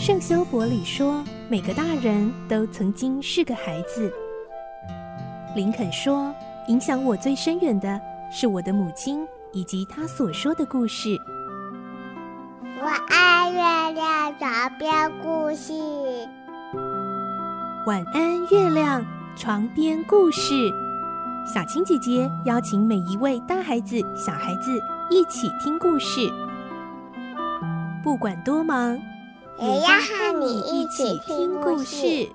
圣修伯里说，每个大人都曾经是个孩子。林肯说，影响我最深远的是我的母亲以及她所说的故事。 我爱月亮床边故事。 晚安，月亮，床边故事。小青姐姐邀请每一位大孩子、小孩子一起听故事，不管多忙， 也要和你一起听故事。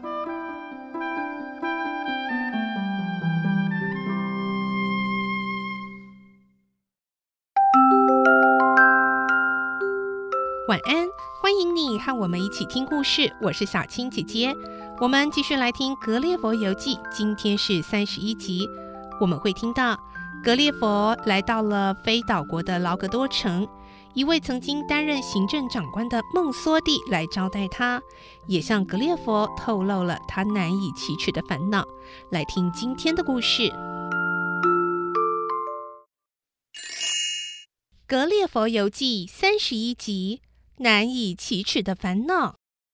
晚安，欢迎你和我们一起听故事，我是小青姐姐。我们继续来听《格列佛游记》，今天是31集。我们会听到格列佛来到了飞岛国的劳格多城，一位曾经担任行政长官的孟梭弟来招待他，也向格列佛透露了他难以启齿的烦恼。来听今天的故事，《格列佛游记》31集，难以启齿的烦恼。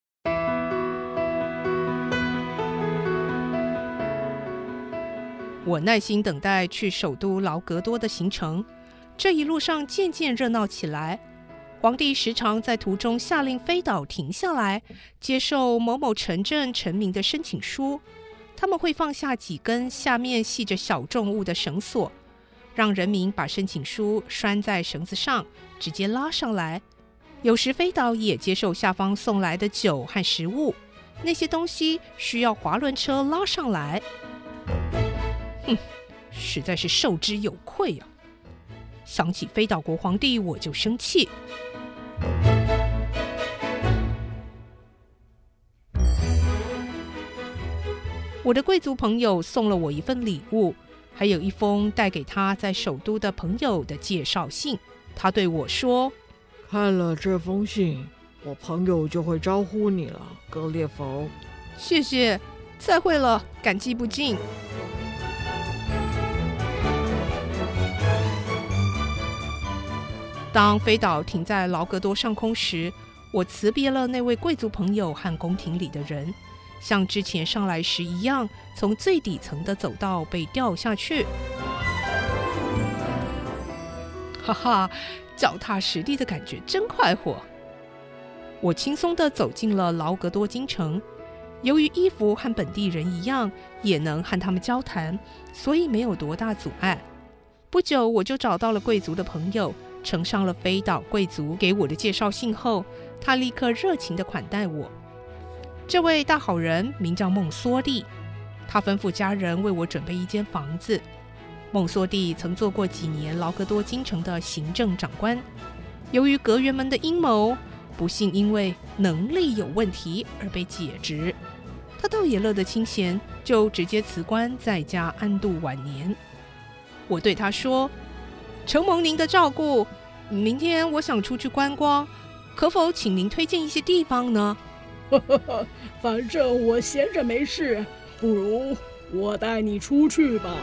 我耐心等待去首都劳格多的行程，这一路上渐渐热闹起来。皇帝时常在途中下令飞岛停下来，接受某某城镇臣民的申请书。他们会放下几根下面系着小重物的绳索，让人民把申请书拴在绳子上，直接拉上来。有时飞岛也接受下方送来的酒和食物，那些东西需要滑轮车拉上来。实在是受之有愧啊！想起飞岛国皇帝，我就生气。我的贵族朋友送了我一份礼物，还有一封带给他在首都的朋友的介绍信。他对我说：“ 看了这封信，我朋友就会招呼你了，格列佛。” 谢谢，再会了，感激不尽。当飞岛停在劳格多上空时，我辞别了那位贵族朋友和宫廷里的人，像之前上来时一样，从最底层的走道被掉下去。哈哈，脚踏实地的感觉真快活。我轻松地走进了劳格多京城，由于衣服和本地人一样，也能和他们交谈，所以没有多大阻碍。不久我就找到了贵族的朋友，呈上了飞岛贵族给我的介绍信后，他立刻热情地款待我。这位大好人名叫孟梭弟，他吩咐家人为我准备一间房子。孟梭弟曾做过几年劳格多京城的行政长官，由于阁员们的阴谋，不幸因为能力有问题而被解职。他倒也乐得清闲，就直接辞官，在家安度晚年。我对他说：“承蒙您的照顾，明天我想出去观光，可否请您推荐一些地方呢？” 反正我闲着没事，不如我带你出去吧。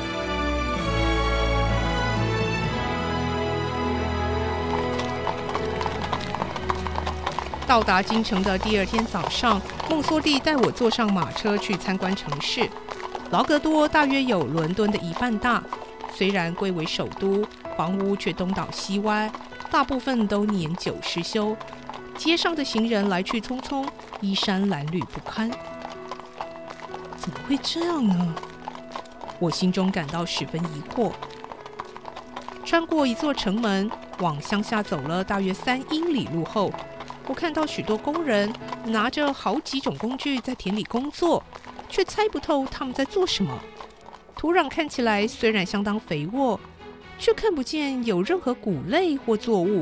到达京城的第二天早上，孟梭弟带我坐上马车去参观城市。劳格多大约有伦敦的1半大，虽然归为首都，房屋却东倒西歪，大部分都年久失修。街上的行人来去匆匆，衣衫褴褛不堪。怎么会这样呢？我心中感到十分疑惑。穿过一座城门，往乡下走了大约3英里路后，我看到许多工人拿着好几种工具在田里工作，却猜不透他们在做什么。土壤看起来虽然相当肥沃，却看不见有任何谷类或作物。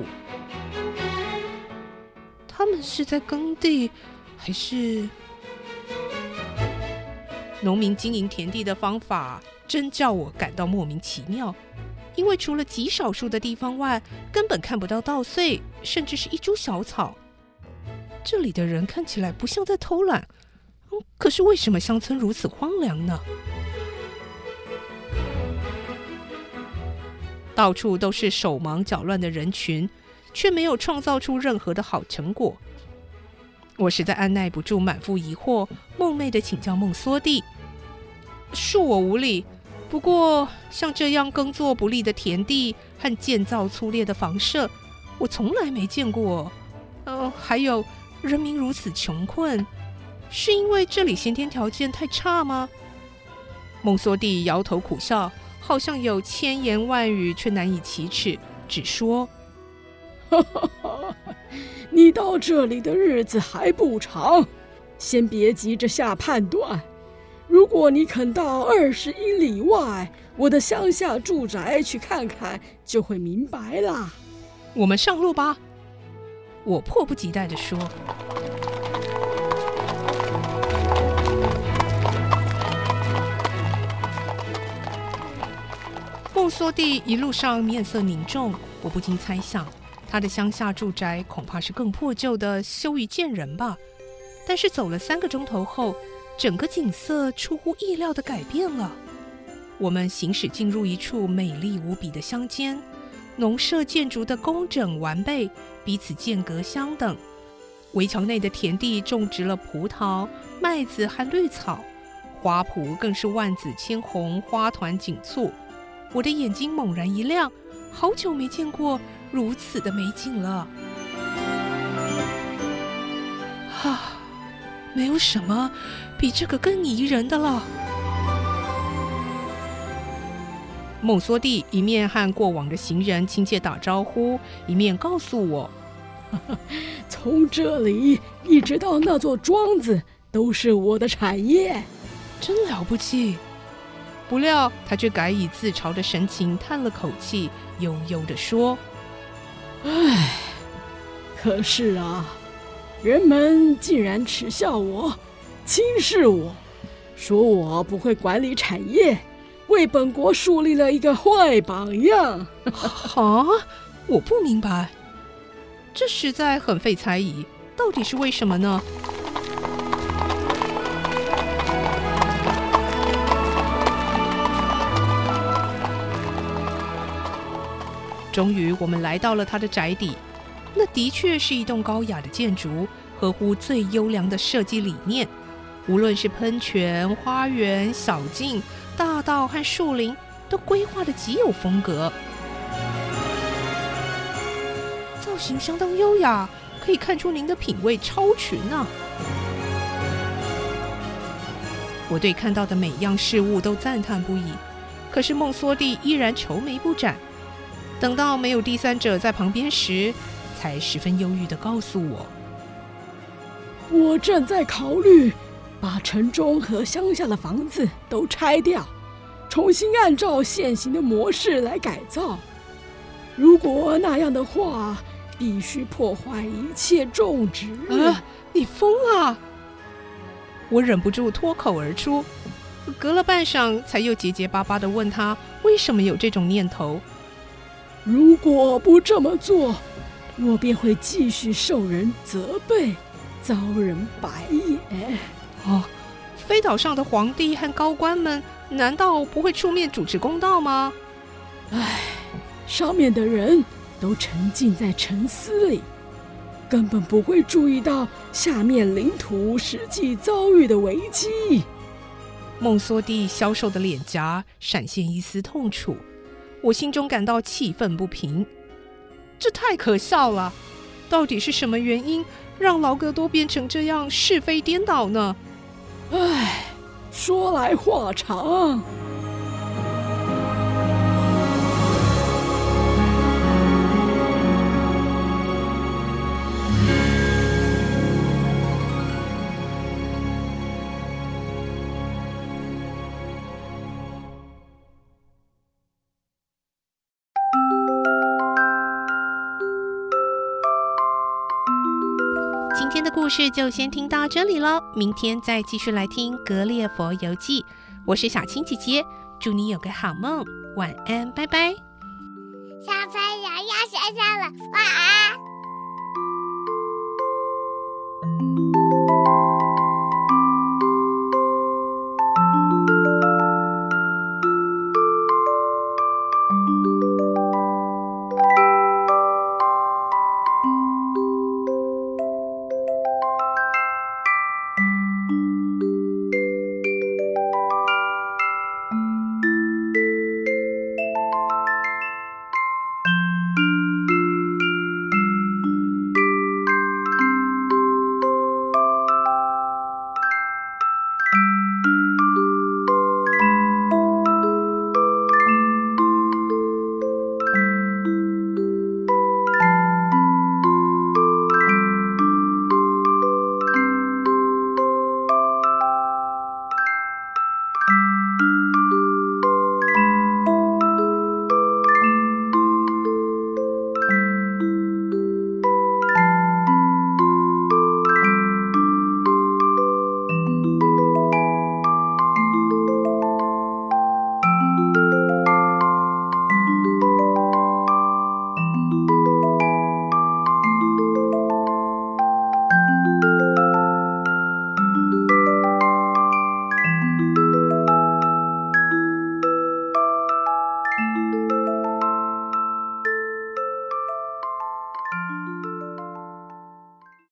他们是在耕地，还是……农民经营田地的方法真叫我感到莫名其妙，因为除了极少数的地方外，根本看不到稻穗，甚至是一株小草。这里的人看起来不像在偷懒，可是为什么乡村如此荒凉呢？到处都是手忙脚乱的人群，却没有创造出任何的好成果。 我实在按耐不住满腹疑惑，梦寐地请教孟缩地：恕我无礼，不过像这样耕作不利的田地和建造粗劣的房舍，我从来没见过。还有人民如此穷困，是因为这里先天条件太差吗？孟缩地摇头苦笑，好像有千言万语却难以启齿，只说： 你到这里的日子还不长，先别急着下判断。如果你肯到20英里外我的乡下住宅去看看，就会明白啦。 我们上路吧，我迫不及待地说。孟缩地一路上面色凝重，我不禁猜想，他的乡下住宅恐怕是更破旧的羞于见人吧。但是走了3个钟头后，整个景色出乎意料的改变了。我们行驶进入一处美丽无比的乡间，农舍建筑的工整完备，彼此间隔相等。围墙内的田地种植了葡萄、麦子和绿草，花圃更是万紫千红，花团锦簇。我的眼睛猛然一亮，好久没见过如此的美景了。没有什么比这个更宜人的了。孟缩地一面和过往的行人亲切打招呼，一面告诉我： 从这里一直到那座庄子都是我的产业。 真了不起。不料他却改以自嘲的神情叹了口气，悠悠地说： 唉，可是啊，人们竟然耻笑我，轻视我，说我不会管理产业，为本国树立了一个坏榜样。 我不明白，这实在很费猜疑，到底是为什么呢？终于我们来到了他的宅邸，那的确是一栋高雅的建筑，合乎最优良的设计理念。无论是喷泉、花园、小径、大道和树林，都规划得极有风格，造型相当优雅，可以看出您的品味超群啊！我对看到的每样事物都赞叹不已，可是孟缩地依然愁眉不展。等到没有第三者在旁边时，才十分忧郁地告诉我： 我正在考虑把城中和乡下的房子都拆掉，重新按照现行的模式来改造。如果那样的话，必须破坏一切种植。 你疯了！我忍不住脱口而出，隔了半晌才又结结巴巴地问他为什么有这种念头。 如果不这么做，我便会继续受人责备，遭人白眼。 飞岛上的皇帝和高官们难道不会出面主持公道吗？ 上面的人都沉浸在沉思里，根本不会注意到下面领土实际遭遇的危机。 孟缩地消瘦的脸颊闪现一丝痛楚，我心中感到气愤不平。这太可笑了！到底是什么原因让劳格多变成这样是非颠倒呢？ 说来话长。 今天的故事就先听到这里了，明天再继续来听《格列佛游记》。我是小青姐姐，祝你有个好梦，晚安，拜拜。 小朋友要睡觉了，晚安。